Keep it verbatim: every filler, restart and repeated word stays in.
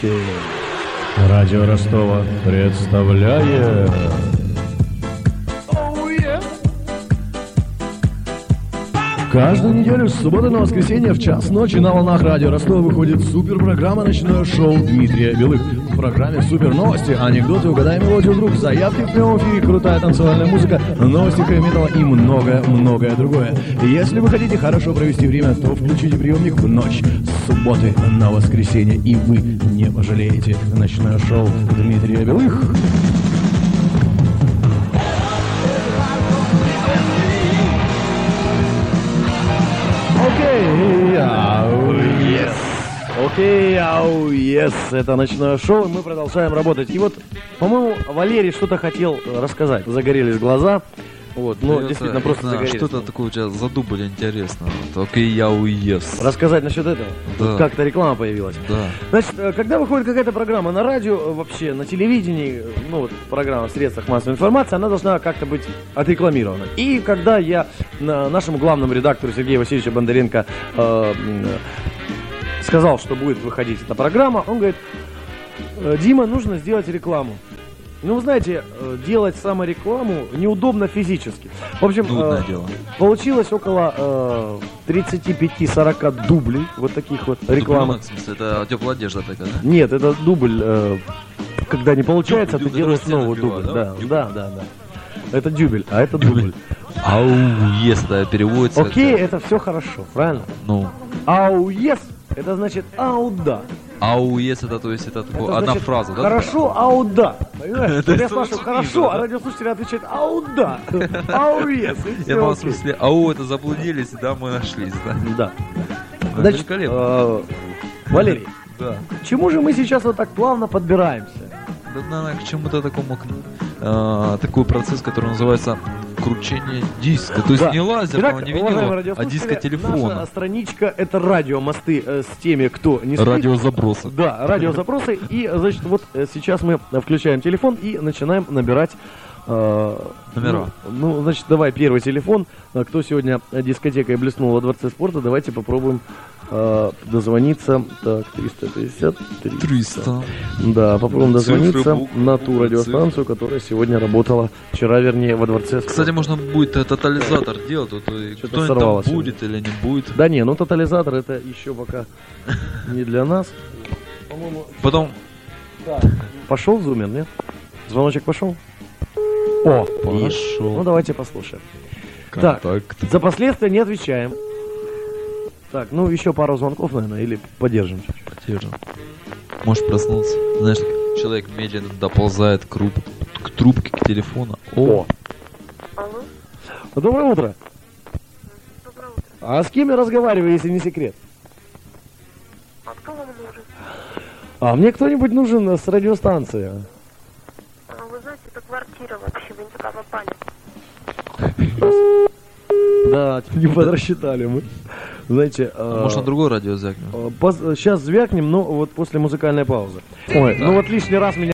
Радио Ростова представляет... Каждую неделю с субботы на воскресенье в час ночи на волнах радио Ростова выходит суперпрограмма «Ночное шоу» Дмитрия Белых. В программе супер новости, анекдоты, угадай мелодию вдруг, заявки в прямом эфире, крутая танцевальная музыка, новости хэви-металла и многое-многое другое. Если вы хотите хорошо провести время, то включите приемник в ночь с субботы на воскресенье, и вы не пожалеете. «Ночное шоу» Дмитрия Белых. Окей, ау, yes. Окей, ау, yes. Это «Ночное шоу», и мы продолжаем работать. И вот, по-моему, Валерий что-то хотел рассказать. Загорелись глаза. Вот, ну, это, действительно, просто знаю, загорелись. Что-то такое у тебя за дубль интересно. Окей, я уезд. Рассказать насчет этого? Да. Тут как-то реклама появилась. Да. Значит, когда выходит какая-то программа на радио, вообще на телевидении, ну вот программа в средствах массовой информации, она должна как-то быть отрекламирована. И когда я нашему главному редактору Сергею Васильевичу Бондаренко э, сказал, что будет выходить эта программа, он говорит: Дима, нужно сделать рекламу. Ну, вы знаете, делать саморекламу неудобно физически. В общем, э, дело. получилось около э, тридцать пять сорок дублей вот таких вот рекламы. В смысле, это теплая одежда такая, да? Нет, это дубль, э, когда не получается, Дюбель, ты делаешь новый дюбель, дубль. да? Да, да, да, да. Это дюбель, а это дубль. Ау, ес, это переводится. Окей, как-то. это все хорошо, правильно? Ну. Ау, ес, это значит ау, да. Ау, ес, это то есть это, такое, Это одна значит, фраза, да? Хорошо, ау, да. Понимаешь? Это Вот я что спрашиваю, за хорошо, книга, а да? радиослушатели отвечают ау, да. Ау, ес. и Я всё думал, в окей. смысле, ау, это заблудились, да, мы нашлись, да? Да. Ну, Значит, великолепно. э, Валерий, Да. к чему же мы сейчас вот так плавно подбираемся? Да, наверное, к чему-то такому, э, такой процесс, который называется кручение диска. То есть Да. не лазерного, Итак, не уважаемые винила, а радиослушатели, дискотелефона. наша страничка — это радиомосты э, с теми, кто не спит. Радиозабросы. Да, радиозапросы. И, значит, вот э, сейчас мы включаем телефон и начинаем набирать э, Номера. Ну, ну, значит, давай первый телефон. Э, Кто сегодня дискотекой блеснул во Дворце спорта, давайте попробуем э, дозвониться. Так, триста пятьдесят, триста. триста. Да, попробуем Цифры, дозвониться буквы, на ту буквы, радиостанцию, которая сегодня работала вчера, вернее, во Дворце спорта. Кстати, можно будет э, тотализатор делать, вот, э, Что-то кто-нибудь сорвалось там будет или не будет. Да не, ну тотализатор это еще пока не для нас. По-моему, Потом пошел зумер, нет? Звоночек пошел? О, Пошел. есть. Ну давайте послушаем. контакт. Так, за последствия не отвечаем. Так, ну еще пару звонков, наверное, или подержим. Подержим. Можешь проснуться. Знаешь, человек медленно доползает к, руб- к трубке, к телефону. О, Алло, Доброе утро. доброе утро. А с кем я разговариваю, если не секрет? А кто вам нужен? А мне кто-нибудь нужен с радиостанции. А, вы знаете, это квартира вообще, вы не туда попали. Да, не подрасчитали мы. Знаете, э, можно другой радио закинуть. сейчас звякнем, но вот после музыкальной паузы. Ой, ну вот лишний раз меня